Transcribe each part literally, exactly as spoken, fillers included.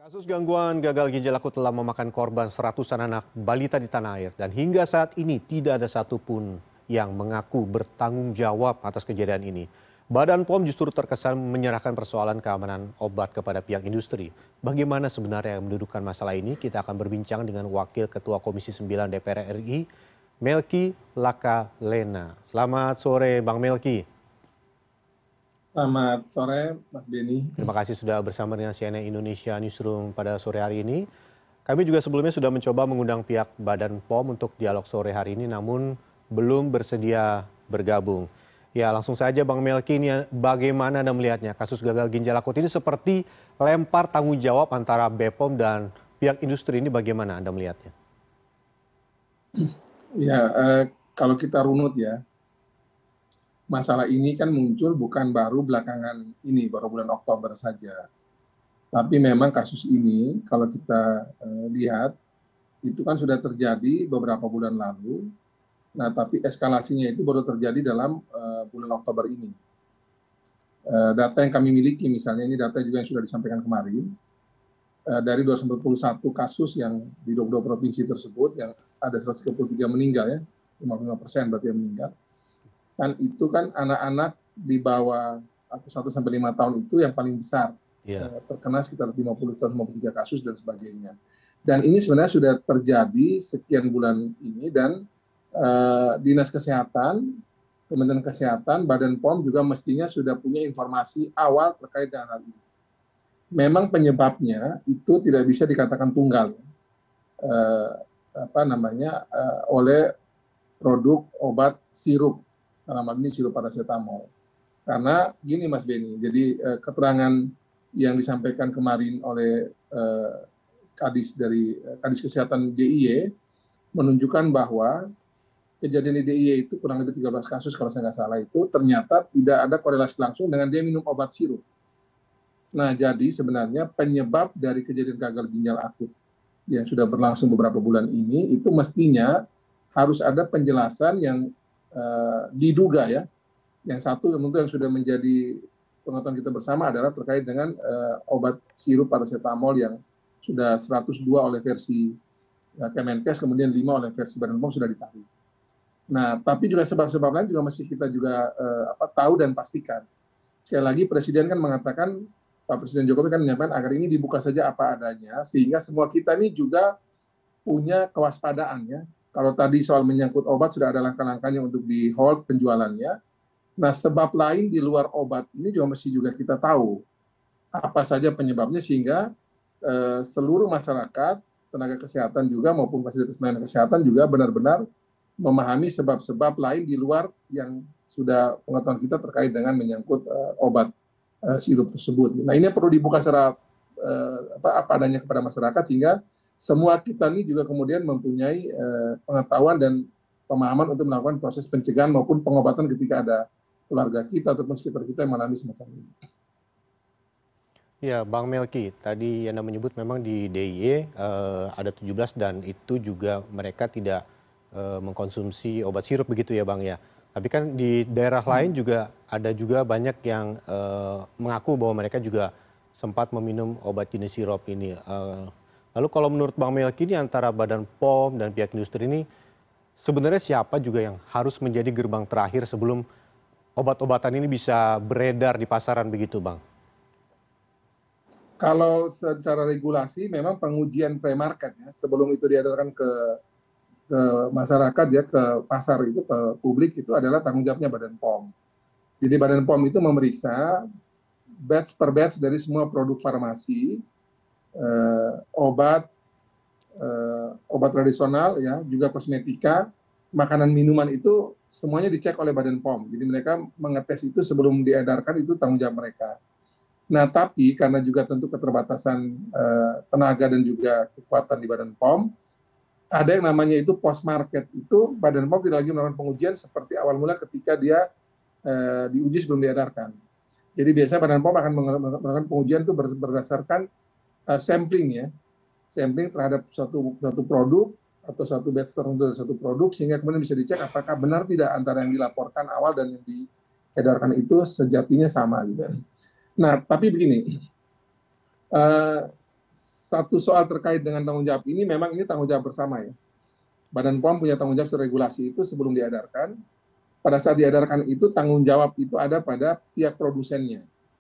Kasus gangguan gagal ginjal akut telah memakan korban seratusan anak balita di tanah air dan hingga saat ini tidak ada satupun yang mengaku bertanggung jawab atas kejadian ini. Badan P O M justru terkesan menyerahkan persoalan keamanan obat kepada pihak industri. Bagaimana sebenarnya mendudukan masalah ini? Kita akan berbincang dengan Wakil Ketua Komisi sembilan D P R R I, Melki Lakalena. Selamat sore Bang Melki. Selamat sore, Mas Beni. Terima kasih sudah bersama dengan C N N Indonesia Newsroom pada sore hari ini. Kami juga sebelumnya sudah mencoba mengundang pihak Badan P O M untuk dialog sore hari ini, namun belum bersedia bergabung. Ya, langsung saja Bang Melki, ini bagaimana Anda melihatnya? Kasus gagal ginjal akut ini seperti lempar tanggung jawab antara B P O M dan pihak industri, ini bagaimana Anda melihatnya? Ya, eh, kalau kita runut ya, masalah ini kan muncul bukan baru belakangan ini, baru bulan Oktober saja. Tapi memang kasus ini kalau kita eh, lihat, itu kan sudah terjadi beberapa bulan lalu. Nah, tapi eskalasinya itu baru terjadi dalam uh, bulan Oktober ini. Uh, data yang kami miliki, misalnya ini data juga yang sudah disampaikan kemarin, uh, dari dua ratus empat puluh satu kasus yang di dua puluh dua provinsi tersebut, yang ada seratus tiga puluh tiga meninggal ya, lima puluh lima persen berarti yang meninggal. Kan itu kan anak-anak di bawah atau satu sampai lima tahun itu yang paling besar. Yeah. Uh, terkena sekitar lima puluh sampai lima puluh tiga kasus dan sebagainya. Dan ini sebenarnya sudah terjadi sekian bulan ini dan Uh, Dinas Kesehatan, Kementerian Kesehatan, Badan P O M juga mestinya sudah punya informasi awal terkait dengan hal ini. Memang penyebabnya itu tidak bisa dikatakan tunggal, uh, apa namanya, uh, oleh produk obat sirup, dalam hal ini sirup paracetamol. Karena gini Mas Beni, jadi uh, keterangan yang disampaikan kemarin oleh uh, Kadis dari uh, Kadis Kesehatan D I Y menunjukkan bahwa kejadian di D I Y itu kurang lebih tiga belas kasus kalau saya nggak salah itu ternyata tidak ada korelasi langsung dengan dia minum obat sirup. Nah, jadi sebenarnya penyebab dari kejadian gagal ginjal akut yang sudah berlangsung beberapa bulan ini itu mestinya harus ada penjelasan yang uh, diduga ya. Yang satu tentu yang sudah menjadi pengetahuan kita bersama adalah terkait dengan uh, obat sirup paracetamol yang sudah seratus dua oleh versi uh, Kemenkes, kemudian lima oleh versi Badan P O M sudah ditarik. Nah, tapi juga sebab-sebab lain juga mesti kita juga eh, apa, tahu dan pastikan. Sekali lagi Presiden kan mengatakan, Pak Presiden Jokowi kan menyampaikan agar ini dibuka saja apa adanya, sehingga semua kita ini juga punya kewaspadaan ya. Kalau tadi soal menyangkut obat sudah ada langkah-langkahnya untuk di hold penjualannya. Nah, sebab lain di luar obat ini juga mesti juga kita tahu apa saja penyebabnya sehingga eh, seluruh masyarakat, tenaga kesehatan juga maupun fasilitas pelayanan kesehatan juga benar-benar memahami sebab-sebab lain di luar yang sudah pengetahuan kita terkait dengan menyangkut uh, obat uh, sirup tersebut. Nah, ini perlu dibuka secara uh, apa, apa adanya kepada masyarakat sehingga semua kita ini juga kemudian mempunyai uh, pengetahuan dan pemahaman untuk melakukan proses pencegahan maupun pengobatan ketika ada keluarga kita ataupun sekitar kita yang mengalami semacam ini. Ya, Bang Melki, tadi Anda menyebut memang di D I Y uh, ada tujuh belas dan itu juga mereka tidak mengkonsumsi obat sirup begitu ya Bang ya. Tapi kan di daerah hmm. lain juga ada juga banyak yang uh, mengaku bahwa mereka juga sempat meminum obat jenis sirup ini. Uh, lalu kalau menurut Bang Melki ini antara Badan P O M dan pihak industri ini sebenarnya siapa juga yang harus menjadi gerbang terakhir sebelum obat-obatan ini bisa beredar di pasaran begitu Bang? Kalau secara regulasi memang pengujian pre-market ya sebelum itu diedarkan ke ke masyarakat ya, ke pasar itu, ke publik itu adalah tanggung jawabnya Badan P O M. Jadi Badan P O M itu memeriksa batch per batch dari semua produk farmasi, eh, obat, eh, obat tradisional ya, juga kosmetika, makanan minuman itu semuanya dicek oleh Badan P O M. Jadi mereka mengetes itu sebelum diedarkan, itu tanggung jawab mereka. Nah, tapi karena juga tentu keterbatasan eh, tenaga dan juga kekuatan di Badan P O M, ada yang namanya itu post market, itu Badan P O M tidak lagi melakukan pengujian seperti awal mula ketika dia eh, diuji sebelum diedarkan. Jadi biasanya Badan P O M akan melakukan pengujian itu berdasarkan uh, sampling ya, sampling terhadap suatu satu produk atau satu batch tertentu dari satu produk sehingga kemudian bisa dicek apakah benar tidak antara yang dilaporkan awal dan yang diedarkan itu sejatinya sama gitu. Nah, tapi begini. Uh, satu soal terkait dengan tanggung jawab ini, memang ini tanggung jawab bersama ya. Badan P O M punya tanggung jawab secara regulasi itu sebelum diedarkan. Pada saat diedarkan itu tanggung jawab itu ada pada pihak produsennya.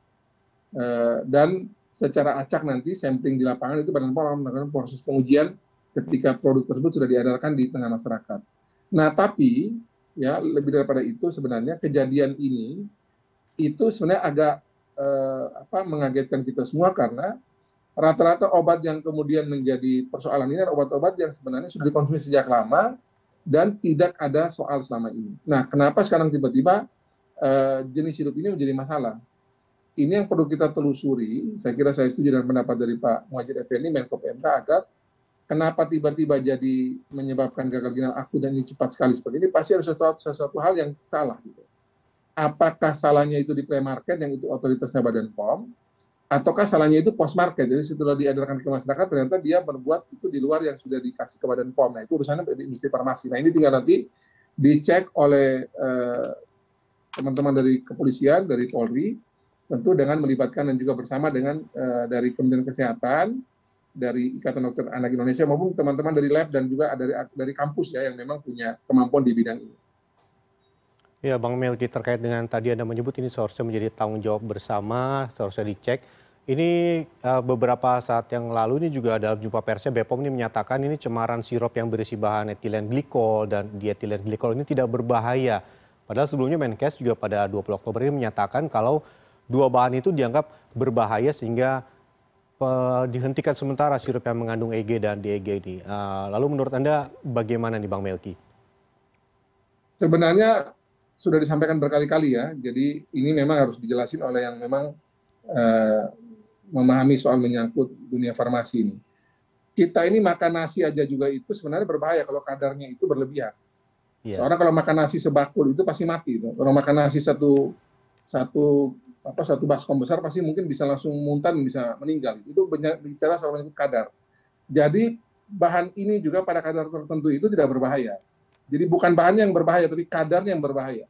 Uh, dan secara acak nanti sampling di lapangan itu Badan P O M akan melakukan proses pengujian ketika produk tersebut sudah diedarkan di tengah masyarakat. Nah, tapi ya lebih daripada itu sebenarnya kejadian ini itu sebenarnya agak eh, apa mengagetkan kita semua karena rata-rata obat yang kemudian menjadi persoalan ini adalah obat-obat yang sebenarnya sudah dikonsumsi sejak lama dan tidak ada soal selama ini. Nah, kenapa sekarang tiba-tiba eh, jenis hidup ini menjadi masalah? Ini yang perlu kita telusuri. Saya kira saya setuju dengan pendapat dari Pak Muhadjir Effendi, Menko P M K, agar kenapa tiba-tiba jadi menyebabkan gagal ginjal akut dan ini cepat sekali seperti ini, pasti ada sesuatu, sesuatu hal yang salah. Gitu. Apakah salahnya itu di pre-market, yang itu otoritasnya Badan P O M, ataukah salahnya itu post-market, jadi setelah diedarkan ke masyarakat, ternyata dia berbuat itu di luar yang sudah dikasih ke Badan P O M. Nah, itu urusannya di industri farmasi. Nah, ini tinggal nanti dicek oleh teman-teman eh, dari kepolisian, dari Polri, tentu dengan melibatkan dan juga bersama dengan uh, dari Kementerian Kesehatan, dari Ikatan Dokter Anak Indonesia maupun teman-teman dari lab dan juga dari dari kampus ya yang memang punya kemampuan di bidang ini. Ya, Bang Melki, terkait dengan tadi Anda menyebut ini seharusnya menjadi tanggung jawab bersama, seharusnya dicek. Ini uh, beberapa saat yang lalu ini juga dalam jumpa persnya B P O M ini menyatakan ini cemaran sirup yang berisi bahan etilen glikol dan dietilen glikol ini tidak berbahaya. Padahal sebelumnya Menkes juga pada dua puluh Oktober ini menyatakan kalau dua bahan itu dianggap berbahaya sehingga uh, dihentikan sementara sirup yang mengandung E G dan D E G ini. Uh, lalu menurut Anda bagaimana nih Bang Melki? Sebenarnya sudah disampaikan berkali-kali ya, jadi ini memang harus dijelasin oleh yang memang uh, memahami soal menyangkut dunia farmasi ini. Kita ini makan nasi aja juga itu sebenarnya berbahaya kalau kadarnya itu berlebihan. Yeah. Seorang kalau makan nasi sebakul itu pasti mati. Itu. Kalau makan nasi satu satu apa satu baskom besar pasti mungkin bisa langsung muntah dan bisa meninggal. Itu bicara soal menyebut kadar. Jadi bahan ini juga pada kadar tertentu itu tidak berbahaya. Jadi bukan bahannya yang berbahaya, tapi kadarnya yang berbahaya.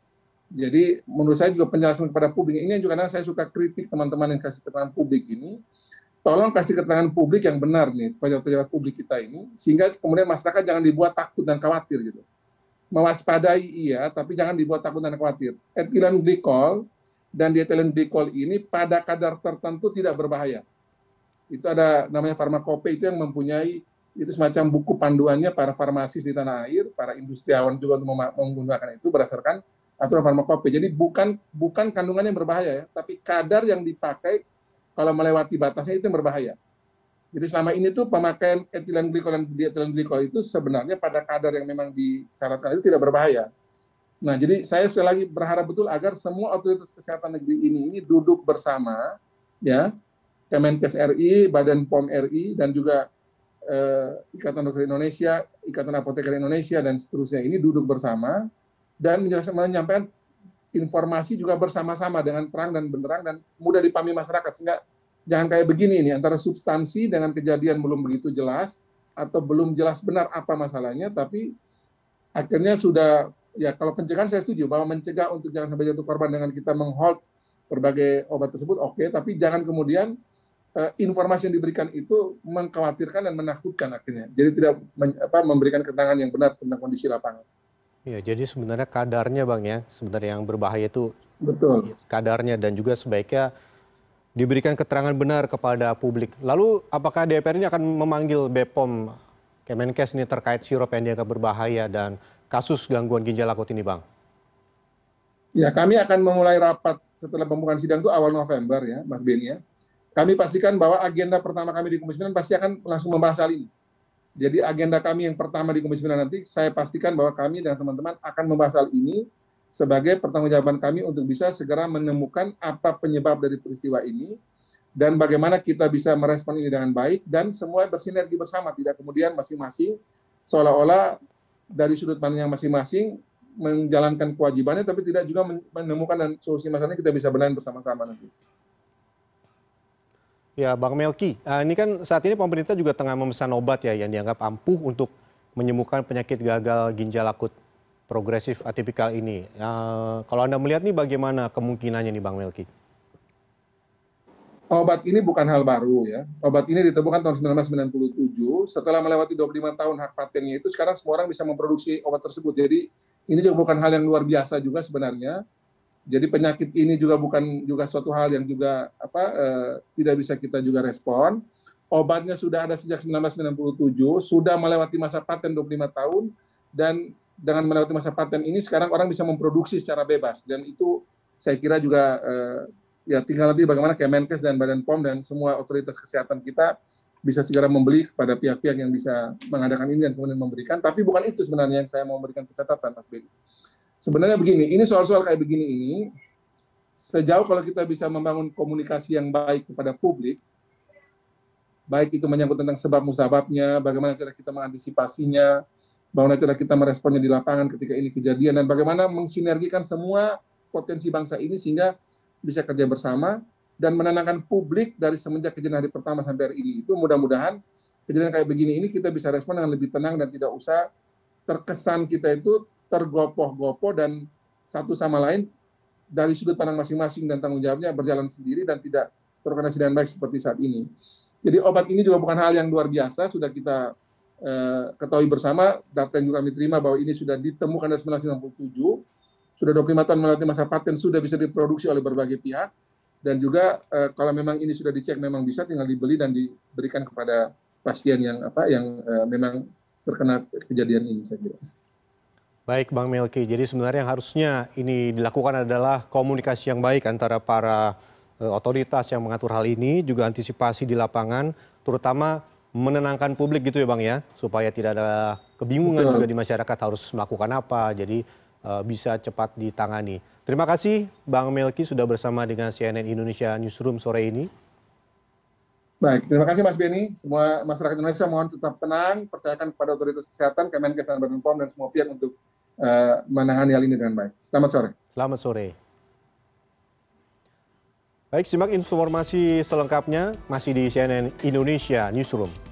Jadi menurut saya juga penjelasan kepada publik ini juga karena saya suka kritik teman-teman yang kasih keterangan publik ini. Tolong kasih keterangan publik yang benar nih pejabat-pejabat publik kita ini, sehingga kemudian masyarakat jangan dibuat takut dan khawatir gitu. Mewaspadai iya, tapi jangan dibuat takut dan khawatir. Etilen glikol dan dietilen glikol ini pada kadar tertentu tidak berbahaya. Itu ada namanya farmakope, itu yang mempunyai itu semacam buku panduannya para farmasis di tanah air, para industriawan juga untuk menggunakan itu berdasarkan aturan farmakope. Jadi bukan bukan kandungannya yang berbahaya ya, tapi kadar yang dipakai kalau melewati batasnya itu yang berbahaya. Jadi selama ini tuh pemakaian etilen glikol dan dietilen glikol itu sebenarnya pada kadar yang memang disyaratkan itu tidak berbahaya. Nah, jadi saya sekali lagi berharap betul agar semua otoritas kesehatan negeri ini ini duduk bersama, ya, Kemenkes R I, Badan P O M R I, dan juga eh, Ikatan Dokter Indonesia, Ikatan Apoteker Indonesia, dan seterusnya ini duduk bersama dan menjelaskan, menyampaikan informasi juga bersama-sama dengan terang dan benderang dan mudah dipahami masyarakat, sehingga jangan kayak begini nih, antara substansi dengan kejadian belum begitu jelas atau belum jelas benar apa masalahnya, tapi akhirnya sudah, ya kalau pencegahan saya setuju bahwa mencegah untuk jangan sampai jatuh korban dengan kita menghold berbagai obat tersebut, oke, okay, tapi jangan kemudian uh, informasi yang diberikan itu mengkhawatirkan dan menakutkan akhirnya. Jadi tidak men, apa, memberikan keterangan yang benar tentang kondisi lapangan. Ya, jadi sebenarnya kadarnya Bang ya, sebenarnya yang berbahaya itu betul kadarnya dan juga sebaiknya diberikan keterangan benar kepada publik. Lalu apakah D P R ini akan memanggil B P O M Kemenkes ini terkait sirup yang dianggap berbahaya dan kasus gangguan ginjal akut ini, Bang? Ya, kami akan memulai rapat setelah pembukaan sidang itu awal November ya, Mas Beni ya. Kami pastikan bahwa agenda pertama kami di Komisi sembilan pasti akan langsung membahas hal ini. Jadi agenda kami yang pertama di Komisi sembilan nanti, saya pastikan bahwa kami dan teman-teman akan membahas hal ini sebagai pertanggungjawaban kami untuk bisa segera menemukan apa penyebab dari peristiwa ini dan bagaimana kita bisa merespon ini dengan baik dan semua bersinergi bersama, tidak kemudian masing-masing seolah-olah dari sudut pandang yang masing-masing menjalankan kewajibannya tapi tidak juga menemukan dan solusi masalahnya kita bisa benahi bersama-sama nanti. Ya, Bang Melki, uh, ini kan saat ini pemerintah juga tengah memesan obat ya yang dianggap ampuh untuk menyembuhkan penyakit gagal ginjal akut progresif atipikal ini. Uh, kalau Anda melihat nih bagaimana kemungkinannya nih Bang Melki? Obat ini bukan hal baru ya. Obat ini ditemukan tahun seribu sembilan ratus sembilan puluh tujuh. Setelah melewati dua puluh lima tahun hak patennya itu, sekarang semua orang bisa memproduksi obat tersebut. Jadi ini juga bukan hal yang luar biasa juga sebenarnya. Jadi penyakit ini juga bukan juga suatu hal yang juga apa eh, tidak bisa kita juga respon. Obatnya sudah ada sejak seribu sembilan ratus sembilan puluh tujuh, sudah melewati masa paten dua puluh lima tahun, dan dengan melewati masa paten ini sekarang orang bisa memproduksi secara bebas, dan itu saya kira juga eh, ya tinggal nanti bagaimana Kemenkes dan Badan P O M dan semua otoritas kesehatan kita bisa segera membeli kepada pihak-pihak yang bisa mengadakan ini dan kemudian memberikan. Tapi bukan itu sebenarnya yang saya mau memberikan catatan, Mas Benny. Sebenarnya begini, ini soal-soal kayak begini ini, sejauh kalau kita bisa membangun komunikasi yang baik kepada publik, baik itu menyangkut tentang sebab musababnya, bagaimana cara kita mengantisipasinya, bagaimana cara kita meresponnya di lapangan ketika ini kejadian, dan bagaimana mensinergikan semua potensi bangsa ini sehingga bisa kerja bersama dan menenangkan publik dari semenjak kejadian hari pertama sampai hari ini. Itu mudah-mudahan kejadian kayak begini ini kita bisa respon dengan lebih tenang dan tidak usah terkesan kita itu tergopoh-gopoh dan satu sama lain dari sudut pandang masing-masing dan tanggung jawabnya berjalan sendiri dan tidak terkoordinasi dengan baik seperti saat ini. Jadi obat ini juga bukan hal yang luar biasa, sudah kita eh, ketahui bersama, data yang juga kami terima bahwa ini sudah ditemukan dari seribu sembilan ratus sembilan puluh tujuh, sudah dua puluh lima tahun melewati masa paten, sudah bisa diproduksi oleh berbagai pihak, dan juga eh, kalau memang ini sudah dicek memang bisa, tinggal dibeli dan diberikan kepada pasien yang apa yang eh, memang terkena kejadian ini, saya kira. Baik Bang Melki, jadi sebenarnya yang harusnya ini dilakukan adalah komunikasi yang baik antara para uh, otoritas yang mengatur hal ini, juga antisipasi di lapangan, terutama menenangkan publik gitu ya Bang ya, supaya tidak ada kebingungan Betul. juga di masyarakat harus melakukan apa, jadi uh, bisa cepat ditangani. Terima kasih Bang Melki sudah bersama dengan C N N Indonesia Newsroom sore ini. Baik, terima kasih Mas Benny. Semua masyarakat Indonesia mohon tetap tenang, percayakan kepada otoritas kesehatan, Kemenkes dan Badan P O M dan semua pihak untuk uh, menangani hal ini dengan baik. Selamat sore. Selamat sore. Baik, simak informasi selengkapnya masih di C N N Indonesia Newsroom.